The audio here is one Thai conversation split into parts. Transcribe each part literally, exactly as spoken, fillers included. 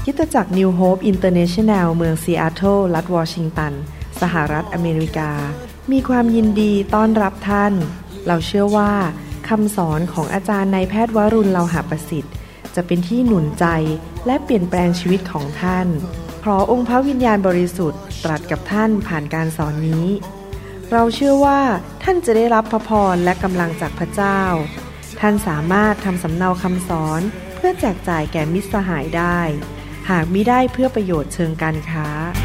คริสตจักร New Hope International เมืองซีแอตเทิลรัฐวอชิงตันสหรัฐอเมริกามีความยินดีต้อนรับท่านเราเชื่อว่าคำสอนของอาจารย์นายแพทย์วรุณ เลาหะประสิทธิ์จะเป็นที่หนุนใจและเปลี่ยนแปลงชีวิตของท่านขอองค์พระวิญญาณบริสุทธิ์ตรัสกับท่านผ่านการสอนนี้เราเชื่อว่าท่านจะได้รับพระพรและกำลังจากพระเจ้าท่านสามารถทำสำเนาคำสอนเพื่อแจกจ่ายแก่มิตรสหายได้หากมิได้เพื่อประโยชน์เชิงการค้า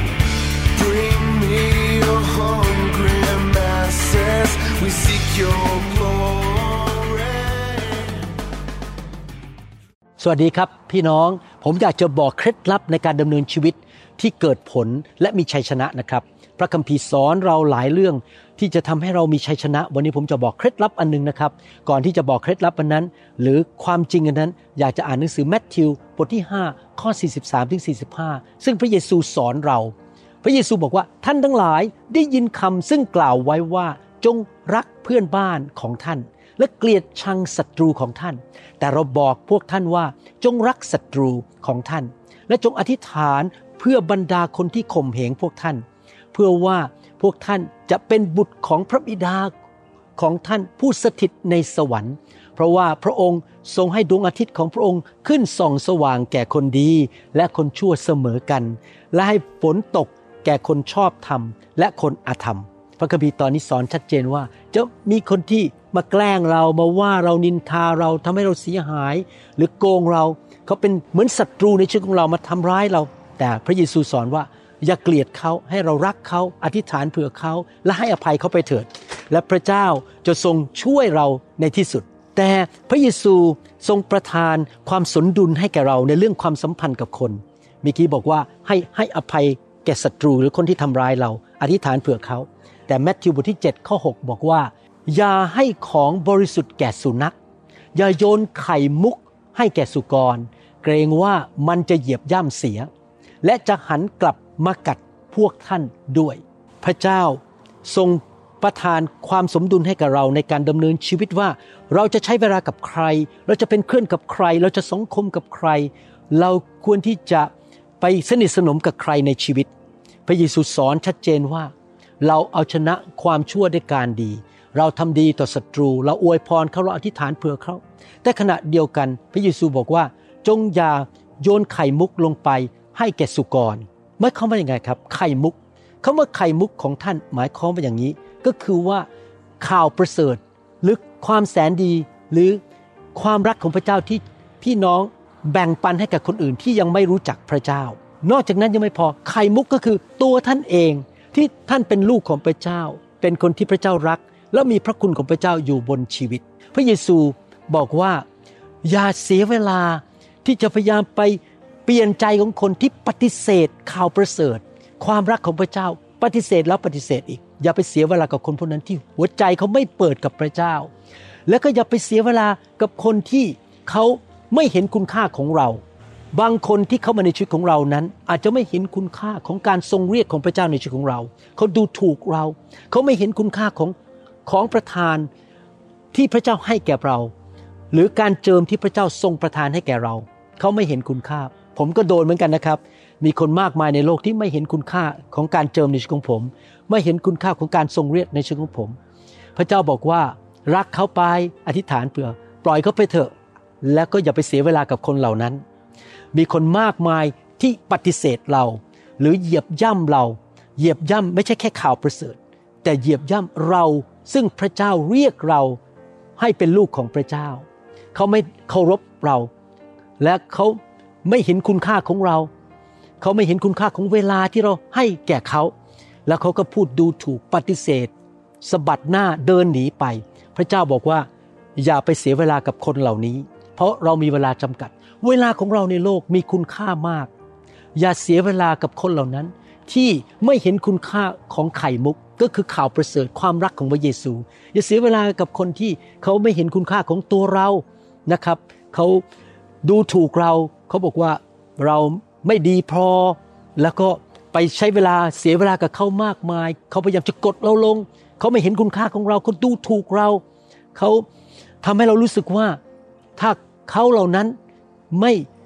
สวัสดีครับพี่น้องผมอยากจะบอกเคล็ดลับในการดำเนินชีวิตที่เกิดผลและมีชัยชนะนะครับพระคัมภีร์สอนเราหลายเรื่องที่จะทำให้เรามีชัยชนะวันนี้ผมจะบอกเคล็ดลับอันนึงนะครับก่อนที่จะบอกเคล็ดลับอันนั้นหรือความจริงอันนั้นอยากจะอ่านหนังสือมัทธิวบทที่ห้าข้อสี่สิบสามถึงสี่สิบห้าซึ่งพระเยซูสอนเราพระเยซูบอกว่าท่านทั้งหลายได้ยินคำซึ่งกล่าวไว้ว่าจงรักเพื่อนบ้านของท่านและเกลียดชังศัตรูของท่านแต่เราบอกพวกท่านว่าจงรักศัตรูของท่านและจงอธิษฐานเพื่อบรรดาคนที่ข่มเหงพวกท่านเพื่อว่าพวกท่านจะเป็นบุตรของพระบิดาของท่านผู้สถิตในสวรรค์เพราะว่าพระองค์ทรงให้ดวงอาทิตย์ของพระองค์ขึ้นส่องสว่างแก่คนดีและคนชั่วเสมอกันและให้ฝนตกแก่คนชอบธรรมและคนอธรรมพระคัมภีร์ตอนนี้สอนชัดเจนว่าจะมีคนที่มาแกล้งเรามาว่าเรานินทาเราทำให้เราเสียหายหรือโกงเราเขาเป็นเหมือนศัตรูในชีวิตของเรามาทำร้ายเราแต่พระเยซูสอนว่าอย่าเกลียดเขาให้เรารักเขาอธิษฐานเผื่อเขาและให้อภัยเขาไปเถิดและพระเจ้าจะทรงช่วยเราในที่สุดแต่พระเยซูทรงประทานความสมดุลให้แก่เราในเรื่องความสัมพันธ์กับคนเมื่อกี้บอกว่าให้ให้อภัยแก่ศัตรูหรือคนที่ทำร้ายเราอธิษฐานเผื่อเขาแต่มัทธิวบทที่เจ็ดข้อหกบอกว่าอย่าให้ของบริสุทธิ์แก่สุนัขอย่าโยนไข่มุกให้แก่สุกรเกรงว่ามันจะเหยียบย่ำเสียและจะหันกลับมากัดพวกท่านด้วยพระเจ้าทรงประทานความสมดุลให้กับเราในการดำเนินชีวิตว่าเราจะใช้เวลากับใครเราจะเป็นเพื่อนกับใครเราจะสังคมกับใครเราควรที่จะไปสนิทสนมกับใครในชีวิตพระเยซูสอนชัดเจนว่าเราเอาชนะความชั่วด้วยการดีเราทำดีต่อศัตรูเราอวยพรเขาเราอธิษฐานเผื่อเขาแต่ขณะเดียวกันพระเยซูบอกว่าจงอย่าโยนไข่มุกลงไปให้แก่สุกรหมายความว่าอย่างไงครับไข่มุกคำว่าไข่มุกของท่านหมายความว่าอย่างนี้ก็คือว่าข่าวประเสริฐหรือความแสนดีหรือความรักของพระเจ้าที่พี่น้องแบ่งปันให้กับคนอื่นที่ยังไม่รู้จักพระเจ้านอกจากนั้นยังไม่พอไข่มุกก็คือตัวท่านเองที่ท่านเป็นลูกของพระเจ้าเป็นคนที่พระเจ้ารักแล้วมีพระคุณของพระเจ้าอยู่บนชีวิตพระเยซูบอกว่าอย่าเสียเวลาที่จะพยายามไปเปลี่ยนใจของคนที่ปฏิเสธข่าวประเสริฐความรักของพระเจ้าปฏิเสธแล้วปฏิเสธอีกอย่าไปเสียเวลากับคนพวกนั้นที่หัวใจเขาไม่เปิดกับพระเจ้าแล้วก็อย่าไปเสียเวลากับคนที่เขาไม่เห็นคุณค่าของเราบางคนที่เข้ามาในชีวิตของเรานั้นอาจจะไม่เห็นคุณค่าของการทรงเรียกของพระเจ้าในชีวิตของเราเขาดูถูกเราเขาไม่เห็นคุณค่าของของประทานที่พระเจ้าให้แก่เราหรือการเจิมที่พระเจ้าทรงประทานให้แก่เราเขาไม่เห็นคุณค่าผมก็โดนเหมือนกันนะครับมีคนมากมายในโลกที่ไม่เห็นคุณค่าของการเจิมในชีวิตของผมไม่เห็นคุณค่าของการทรงเรียกในชีวิตของผมพระเจ้าบอกว่ารักเขาไปอธิษฐานเผื่อปล่อยเขาไปเถอะแล้วก็อย่าไปเสียเวลากับคนเหล่านั้นมีคนมากมายที่ปฏิเสธเราหรือเหยียบย่ำเราเหยียบย่ำไม่ใช่แค่ข่าวประเสริฐแต่เหยียบย่ำเราซึ่งพระเจ้าเรียกเราให้เป็นลูกของพระเจ้าเขาไม่เคารพเราและเขาไม่เห็นคุณค่าของเราเขาไม่เห็นคุณค่าของเวลาที่เราให้แก่เขาแล้วเขาก็พูดดูถูกปฏิเสธสะบัดหน้าเดินหนีไปพระเจ้าบอกว่าอย่าไปเสียเวลากับคนเหล่านี้เพราะเรามีเวลาจำกัดเวลาของเราในโลกมีคุณค่ามากอย่าเสียเวลากับคนเหล่านั้นที่ไม่เห็นคุณค่าของไข่มุกก็คือข่าวประเสริฐความรักของพระเยซูอย่าเสียเวลากับคนที่เขาไม่เห็นคุณค่าของตัวเรานะครับเขาดูถูกเราเขาบอกว่าเราไม่ดีพอแล้วก็ไปใช้เวลาเสียเวลากับเขามากมายเขาพยายามจะกดเราลงเขาไม่เห็นคุณค่าของเราเขาดูถูกเราเขาทำให้เรารู้สึกว่าถ้าเขาเหล่านั้นไม่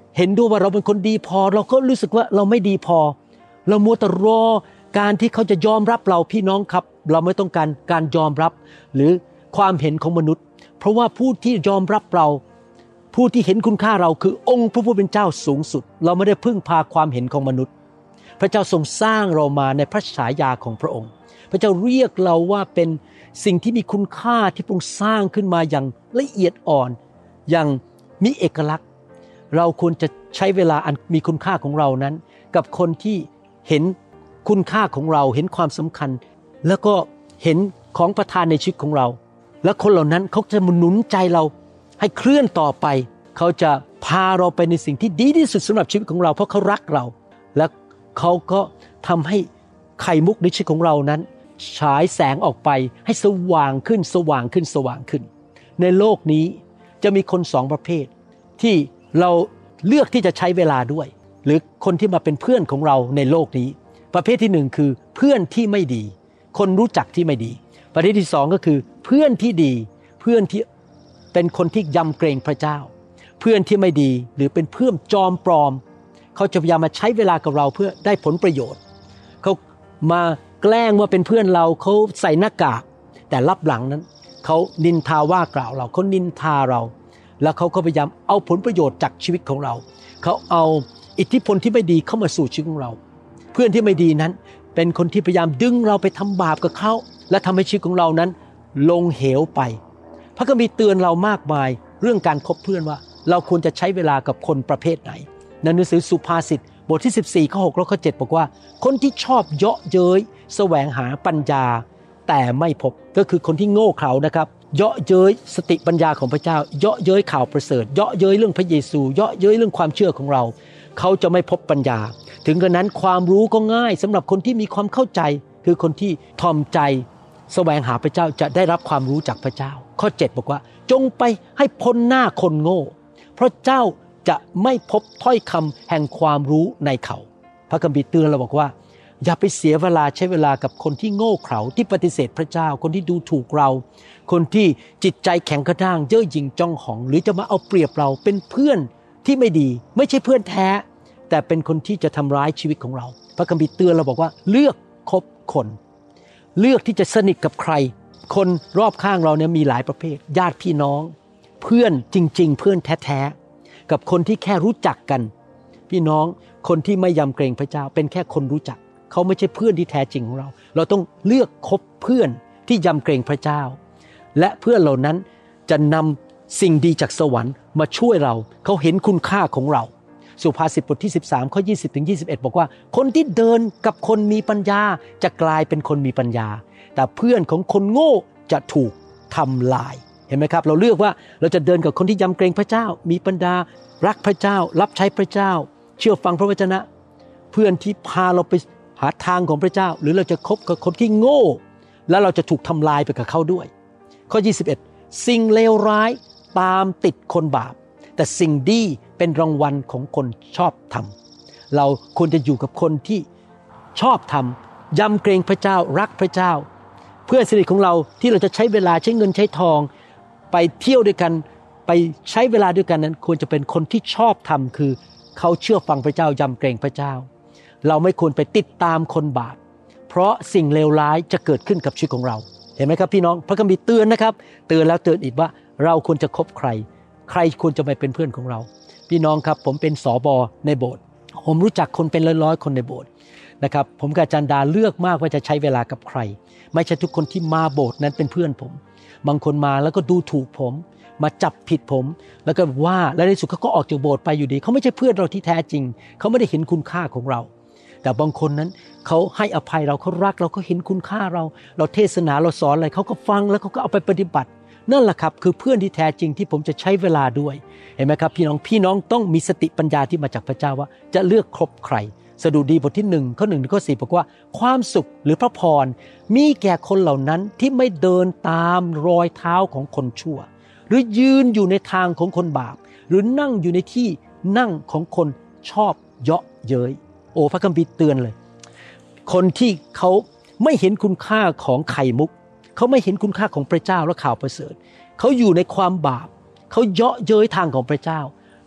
เห็นด้วยว่าเราเป็นคนดีพอเราก็รู้สึกว่าเราไม่ดีพอเรามัวแต่รอการที่เขาจะยอมรับเราพี่น้องครับเราไม่ต้องการการยอมรับหรือความเห็นของมนุษย์เพราะว่าผู้ที่ยอมรับเราผู้ที่เห็นคุณค่าเราคือองค์พระผู้เป็นเจ้าสูงสุดเราไม่ได้พึ่งพาความเห็นของมนุษย์พระเจ้าทรงสร้างเรามาในพระฉายาของพระองค์พระเจ้าเรียกเราว่าเป็นสิ่งที่มีคุณค่าที่พระองค์สร้างขึ้นมาอย่างละเอียดอ่อนอย่างมีเอกลักษณ์เราควรจะใช้เวลาอันมีคุณค่าของเรานั้นกับคนที่เห็นคุณค่าของเราเห็นความสำคัญแล้วก็เห็นของประทานในชีวิตของเราและคนเหล่านั้นเขาจะหนุนใจเราให้เคลื่อนต่อไปเขาจะพาเราไปในสิ่งที่ดีที่สุดสำหรับชีวิตของเราเพราะเขารักเราและเขาก็ทำให้ไข่มุกในชีวิตของเรานั้นฉายแสงออกไปให้สว่างขึ้นสว่างขึ้นสว่างขึ้นในโลกนี้จะมีคนสองประเภทที่เราเลือกที่จะใช้เวลาด้วยหรือคนที่มาเป็นเพื่อนของเราในโลกนี้ประเภทที่หนึ่งคือเพื่อนที่ไม่ดีคนรู้จักที่ไม่ดีประเภทที่สองก็คือเพื่อนที่ดีเพื่อนที่เป็นคนที่ยำเกรงพระเจ้าเพื่อนที่ไม่ดีหรือเป็นเพื่อนจอมปลอมเขาจะพยายามมาใช้เวลากับเราเพื่อได้ผลประโยชน์เขามาแกล้งว่าเป็นเพื่อนเราเขาใส่หน้ากากแต่ลับหลังนั้นเขานินทาว่ากล่าวเราเขานินทาเราแล้วเขาก็พยายามเอาผลประโยชน์จากชีวิตของเราเขาเอาอิทธิพลที่ไม่ดีเข้ามาสู่ชีวิตของเราเพื่อนที่ไม่ดีนั้นเป็นคนที่พยายามดึงเราไปทำบาปกับเขาและทำให้ชีวิตของเรานั้นลงเหวไปพระคัมภีร์เตือนเรามากมายเรื่องการคบเพื่อนว่าเราควรจะใช้เวลากับคนประเภทไหนในหนังสือสุภาษิตบทที่สิบสี่ข้อหกและข้อเจ็ดบอกว่าคนที่ชอบเยาะเย้ยแสวงหาปัญญาแต่ไม่พบก็คือคนที่โง่เขลานะครับเยาะเย้ยสติปัญญาของพระเจ้าเยาะเย้ยข่าวประเสริฐเยาะเย้ยเรื่องพระเยซูเยาะเย้ยเรื่องความเชื่อของเราเขาจะไม่พบปัญญาถึงกระนั้นความรู้ก็ง่ายสำหรับคนที่มีความเข้าใจคือคนที่ทอมใจแสวงหาพระเจ้าจะได้รับความรู้จากพระเจ้าข้อเจ็ดบอกว่าจงไปให้พ้นหน้าคนโง่เพราะเจ้าจะไม่พบถ้อยคำแห่งความรู้ในเขาพระคัมภีร์เตือนเราบอกว่าอย่าไปเสียเวลาใช้เวลากับคนที่โง่เขลาที่ปฏิเสธพระเจ้าคนที่ดูถูกเราคนที่จิตใจแข็งกระด้างเย่อหยิ่งจ้องหองหรือจะมาเอาเปรียบเราเป็นเพื่อนที่ไม่ดีไม่ใช่เพื่อนแท้แต่เป็นคนที่จะทำร้ายชีวิตของเราพระคัมภีร์เตือนเราบอกว่าเลือกคบคนเลือกที่จะสนิทกับใครคนรอบข้างเราเนี่ยมีหลายประเภทญาติพี่น้องเพื่อนจริงๆเพื่อนแท้ๆกับคนที่แค่รู้จักกันพี่น้องคนที่ไม่ยำเกรงพระเจ้าเป็นแค่คนรู้จักเขาไม่ใช่เพื่อนที่แท้จริงของเราเราต้องเลือกคบเพื่อนที่ยำเกรงพระเจ้าและเพื่อนเหล่านั้นจะนำสิ่งดีจากสวรรค์มาช่วยเราเขาเห็นคุณค่าของเราสุภาษิตบทที่สิบสามข้อยี่สิบถึงยี่สิบเอ็ดบอกว่าคนที่เดินกับคนมีปัญญาจะกลายเป็นคนมีปัญญาแต่เพื่อนของคนโง่จะถูกทำลายเห็นไหมครับเราเลือกว่าเราจะเดินกับคนที่ยำเกรงพระเจ้ามีปัญญารักพระเจ้ารับใช้พระเจ้าเชื่อฟังพระวจนะเพื่อนที่พาเราไปหาทางของพระเจ้าหรือเราจะคบกับคนที่โง่แล้วเราจะถูกทำลายไปกับเขาด้วยข้อยี่สิบเอ็ดสิ่งเลวร้ายตามติดคนบาปแต่สิ่งดีเป็นรางวัลของคนชอบธรรมเราควรจะอยู่กับคนที่ชอบธรรมยำเกรงพระเจ้ารักพระเจ้าเพื่อนสนิทของเราที่เราจะใช้เวลาใช้เงินใช้ทองไปเที่ยวด้วยกันไปใช้เวลาด้วยกันนั้นควรจะเป็นคนที่ชอบธรรมคือเขาเชื่อฟังพระเจ้ายำเกรงพระเจ้าเราไม่ควรไปติดตามคนบาปเพราะสิ่งเลวร้ายจะเกิดขึ้นกับชีวิตของเราเห็นไหมครับพี่น้องพระคัมภีร์เตือนนะครับเตือนแล้วเตือนอีกว่าเราควรจะคบใครใครควรจะไปเป็นเพื่อนของเราพี่น้องครับผมเป็นสบในโบสถ์ผมรู้จักคนเป็นร้อยๆคนในโบสถ์นะครับผมกับอาจารย์ดาเลือกมากว่าจะใช้เวลากับใครไม่ใช่ทุกคนที่มาโบสถ์นั้นเป็นเพื่อนผมบางคนมาแล้วก็ดูถูกผมมาจับผิดผมแล้วก็ว่าแล้วในสุดเขาก็ออกจากโบสถ์ไปอยู่ดีเขาไม่ใช่เพื่อนเราที่แท้จริงเขาไม่ได้เห็นคุณค่าของเราแต่บางคนนั้นเขาให้อภัยเราเขารักเราเขาเห็นคุณค่าเราเราเทศนาเราสอนอะไรเขาก็ฟังแล้วเขาก็เอาไปปฏิบัตินั่นแหละครับคือเพื่อนที่แท้จริงที่ผมจะใช้เวลาด้วยเห็นไหมครับพี่น้องพี่น้องต้องมีสติปัญญาที่มาจากพระเจ้าว่าจะเลือกคบใครสดุดีบทที่หนึ่งข้อหนึ่งถึงข้อสี่บอกว่าความสุขหรือพระพรมีแก่คนเหล่านั้นที่ไม่เดินตามรอยเท้าของคนชั่วหรือยืนอยู่ในทางของคนบาปหรือนั่งอยู่ในที่นั่งของคนชอบเยาะเย้ยโอ้พระคัมภีร์เตือนเลยคนที่เขาไม่เห็นคุณค่าของไข่มุกเขาไม่เห็นคุณค่าของพระเจ้าและข่าวประเสริฐเขาอยู่ในความบาปเขาเยาะเย้ยทางของพระเจ้า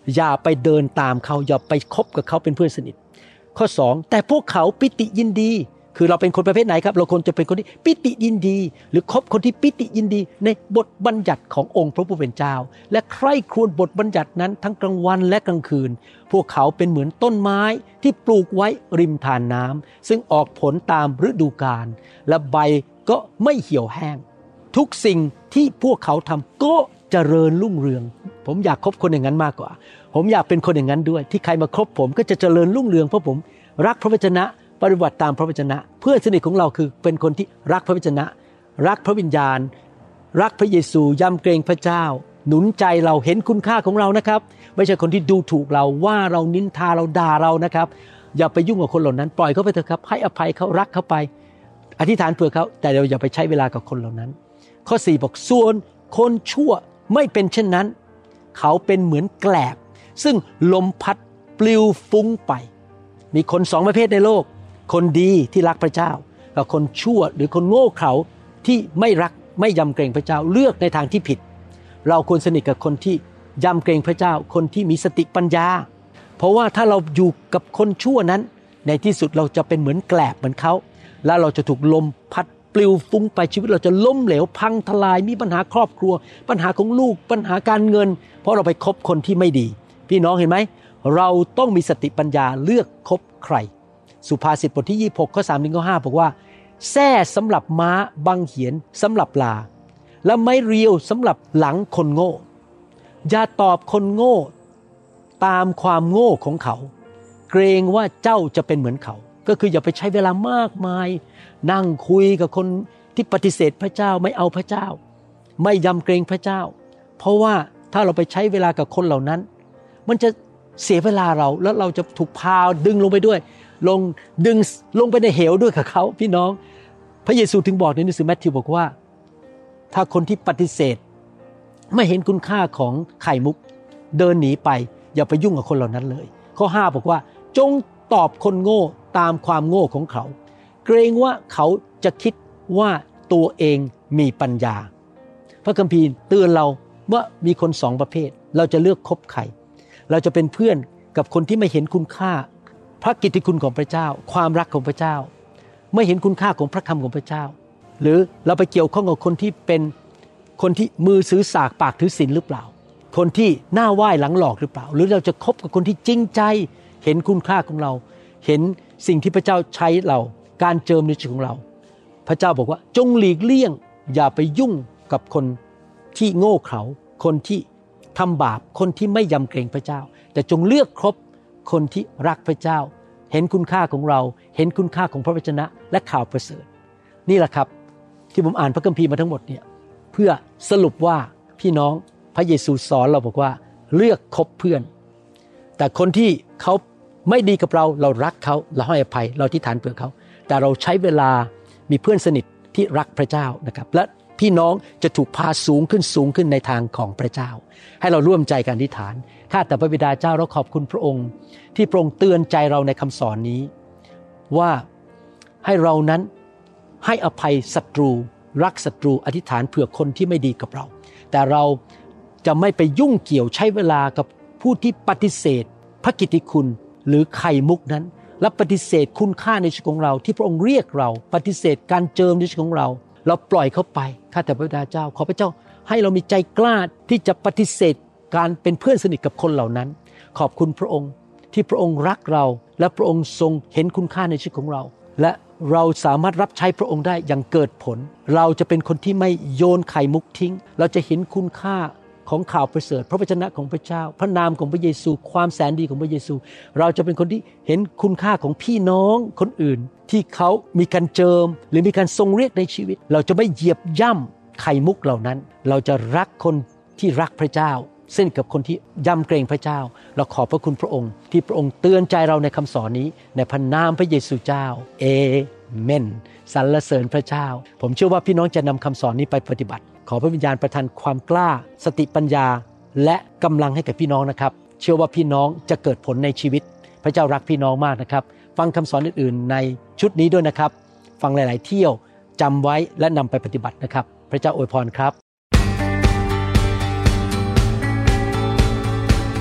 อย่าไปเดินตามเขาอย่าไปคบกับเขาเป็นเพื่อนสนิทข้อสองแต่พวกเขาปิติยินดีคือเราเป็นคนประเภทไหนครับเราควรจะเป็นคนที่ปิติยินดีหรือคบคนที่ปิติยินดีในบทบัญญัติขององค์พระผู้เป็นเจ้าและใคร่ครวญบทบัญญัตินั้นทั้งกลางวันและกลางคืนพวกเขาเป็นเหมือนต้นไม้ที่ปลูกไว้ริมทานน้ำซึ่งออกผลตามฤดูกาลและใบก็ไม่เหี่ยวแห้งทุกสิ่งที่พวกเขาทำก็เจริญรุ่งเรืองผมอยากคบคนอย่างนั้นมากกว่าผมอยากเป็นคนอย่างนั้นด้วยที่ใครมาคบผมก็จะเจริญรุ่งเรืองเพราะผมรักพระวจนะปฏิบัติตามพระวจนะเพื่อนสนิทของเราคือเป็นคนที่รักพระวจนะรักพระวิญญาณรักพระเยซูยำเกรงพระเจ้าหนุนใจเราเห็นคุณค่าของเรานะครับไม่ใช่คนที่ดูถูกเราว่าเรานินทาเราด่าเรานะครับอย่าไปยุ่งกับคนเหล่านั้นปล่อยเขาไปเถอะครับให้อภัยเขารักเขาไปอธิษฐานเผื่อเขาแต่เราอย่าไปใช้เวลากับคนเหล่านั้นข้อสี่บอกส่วนคนชั่วไม่เป็นเช่นนั้นเขาเป็นเหมือนแกลบซึ่งลมพัดปลิวฟุ้งไปมีคนสองประเภทในโลกคนดีที่รักพระเจ้ากับคนชั่วหรือคนโง่เขลาที่ไม่รักไม่ยำเกรงพระเจ้าเลือกในทางที่ผิดเราควรสนิทกับคนที่ยำเกรงพระเจ้าคนที่มีสติปัญญาเพราะว่าถ้าเราอยู่กับคนชั่วนั้นในที่สุดเราจะเป็นเหมือนแกลบเหมือนเขาแล้วเราจะถูกลมพัดปลิวฟุ้งไปชีวิตเราจะล้มเหลวพังทลายมีปัญหาครอบครัวปัญหาของลูกปัญหาการเงินเพราะเราไปคบคนที่ไม่ดีพี่น้องเห็นไหมเราต้องมีสติปัญญาเลือกคบใครสุภาษิตบทที่ยี่สิบหกข้อสามถึงข้อห้าบอกว่าแส้สำหรับม้าบังเหียนสำหรับลาและไม้เรียวสำหรับหลังคนโง่อย่าตอบคนโง่ตามความโง่ของเขาเกรงว่าเจ้าจะเป็นเหมือนเขาก็คืออย่าไปใช้เวลามากมายนั่งคุยกับคนที่ปฏิเสธพระเจ้าไม่เอาพระเจ้าไม่ยำเกรงพระเจ้าเพราะว่าถ้าเราไปใช้เวลากับคนเหล่านั้นมันจะเสียเวลาเราแล้วเราจะถูกพาดึงลงไปด้วยลงดึงลงไปในเหวด้วยกับเขาพี่น้องพระเยซูถึงบอกในหนังสือมัทธิวบอกว่าถ้าคนที่ปฏิเสธไม่เห็นคุณค่าของไข่มุกเดินหนีไปอย่าไปยุ่งกับคนเหล่านั้นเลยข้อห้าบอกว่าจงตอบคนโง่ตามความโง่ของเขาเกรงว่าเขาจะคิดว่าตัวเองมีปัญญาพระคัมภีร์เตือนเราว่ามีคนสองประเภทเราจะเลือกคบใครเราจะเป็นเพื่อนกับคนที่ไม่เห็นคุณค่าพระกิตติคุณของพระเจ้าความรักของพระเจ้าไม่เห็นคุณค่าของพระคำของพระเจ้าหรือเราไปเกี่ยวข้องกับคนที่เป็นคนที่มือซื้อสากปากถือศีลหรือเปล่าคนที่หน้าไหว้หลังหลอกหรือเปล่าหรือเราจะคบกับคนที่จริงใจเห็นคุณค่าของเราเห็นสิ่งที่พระเจ้าใช้เราการเจิมในชีวิตของเราพระเจ้าบอกว่าจงหลีกเลี่ยงอย่าไปยุ่งกับคนที่โง่เขลาคนที่ทำบาปคนที่ไม่ยำเกรงพระเจ้าแต่จงเลือกคบคนที่รักพระเจ้าเห็นคุณค่าของเราเห็นคุณค่าของพระวจนะและข่าวประเสริฐนี่แหละครับที่ผมอ่านพระคัมภีร์มาทั้งหมดเนี่ยเพื่อสรุปว่าพี่น้องพระเยซูสอนเราบอกว่าเลือกคบเพื่อนแต่คนที่เขาไม่ดีกับเราเรารักเขาเราให้อภัยเราอธิษฐานเผื่อเขาแต่เราใช้เวลามีเพื่อนสนิทที่รักพระเจ้านะครับและพี่น้องจะถูกพาสูงขึ้นสูงขึ้นในทางของพระเจ้าให้เราร่วมใจกันอธิษฐานข้าแต่พระบิดาเจ้าเราขอบคุณพระองค์ที่พระองค์เตือนใจเราในคำสอนนี้ว่าให้เรานั้นให้อภัยศัตรูรักศัตรูอธิษฐานเผื่อคนที่ไม่ดีกับเราแต่เราจะไม่ไปยุ่งเกี่ยวใช้เวลากับผู้ที่ปฏิเสธพระกิตติคุณหรือไข่มุกนั้นและปฏิเสธคุณค่าในชีวิตของเราที่พระองค์เรียกเราปฏิเสธการเจิมในชีวิตของเราเราปล่อยเขาไปข้าแต่พระบิดาเจ้าขอพระเจ้าให้เรามีใจกล้าที่จะปฏิเสธการเป็นเพื่อนสนิทกับคนเหล่านั้นขอบคุณพระองค์ที่พระองค์รักเราและพระองค์ทรงเห็นคุณค่าในชีวิตของเราและเราสามารถรับใช้พระองค์ได้อย่างเกิดผลเราจะเป็นคนที่ไม่โยนไข่มุกทิ้งเราจะเห็นคุณค่าของข่าวประเสริฐพระวจนะของพระเจ้าพระนามของพระเยซูความแสนดีของพระเยซูเราจะเป็นคนที่เห็นคุณค่าของพี่น้องคนอื่นที่เขามีการเจิมหรือมีการทรงเรียกในชีวิตเราจะไม่เหยียบย่ำไข่มุกเหล่านั้นเราจะรักคนที่รักพระเจ้าเช่นกับคนที่ยำเกรงพระเจ้าเราขอบพระคุณพระองค์ที่พระองค์เตือนใจเราในคำสอนนี้ในพระนามพระเยซูเจ้าเอเมนสรรเสริญพระเจ้าผมเชื่อว่าพี่น้องจะนำคำสอนนี้ไปปฏิบัติขอพระวิญญาณประทานความกล้าสติปัญญาและกำลังให้กับพี่น้องนะครับเชื่อว่าพี่น้องจะเกิดผลในชีวิตพระเจ้ารักพี่น้องมากนะครับฟังคำสอนอื่นๆในชุดนี้ด้วยนะครับฟังหลายๆเที่ยวจำไว้และนำไปปฏิบัตินะครับพระเจ้าอวยพรครับ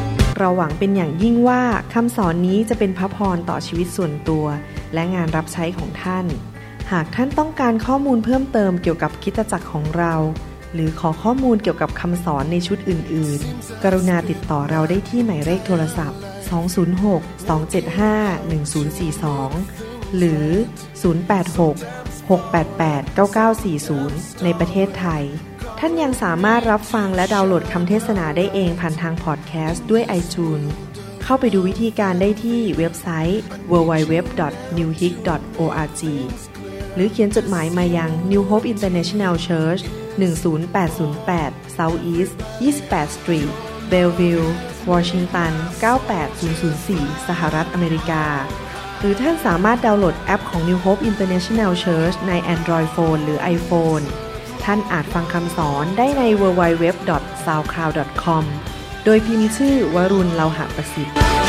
เราหวังเป็นอย่างยิ่งว่าคำสอนนี้จะเป็นพระพรต่อชีวิตส่วนตัวและงานรับใช้ของท่านหากท่านต้องการข้อมูลเพิ่มเติมเกี่ยวกับคริสตจักรของเราหรือขอข้อมูลเกี่ยวกับคำสอนในชุดอื่นๆกรุณาติดต่อเราได้ที่หมายเลขโทรศัพท์สอง ศูนย์ หก สอง เจ็ด ห้า หนึ่ง ศูนย์ สี่ สองหรือศูนย์ แปด หก หก แปด แปด เก้า เก้า สี่ ศูนย์ในประเทศไทยท่านยังสามารถรับฟังและดาวน์โหลดคำเทศนาได้เองผ่านทางพอดแคสต์ด้วย iTunes เข้าไปดูวิธีการได้ที่เว็บไซต์ ดับเบิลยู ดับเบิลยู ดับเบิลยู ดอท นิว โฮป ดอท โอ อาร์ จี หรือเขียนจดหมายมายัง New Hope International Church หนึ่ง ศูนย์ แปด ศูนย์ แปด South East ยี่สิบแปด Street Bellevue Washington เก้า แปด ศูนย์ ศูนย์ สี่ สหรัฐอเมริกาหรือท่านสามารถดาวน์โหลดแอปของ New Hope International Church ใน Android Phone หรือ iPhone ท่านอาจฟังคำสอนได้ใน ดับเบิลยู ดับเบิลยู ดับเบิลยู ดอท ซาวด์คลาวด์ ดอท คอม โดยพิมพ์ชื่อวรุณ เลาหะประสิทธิ์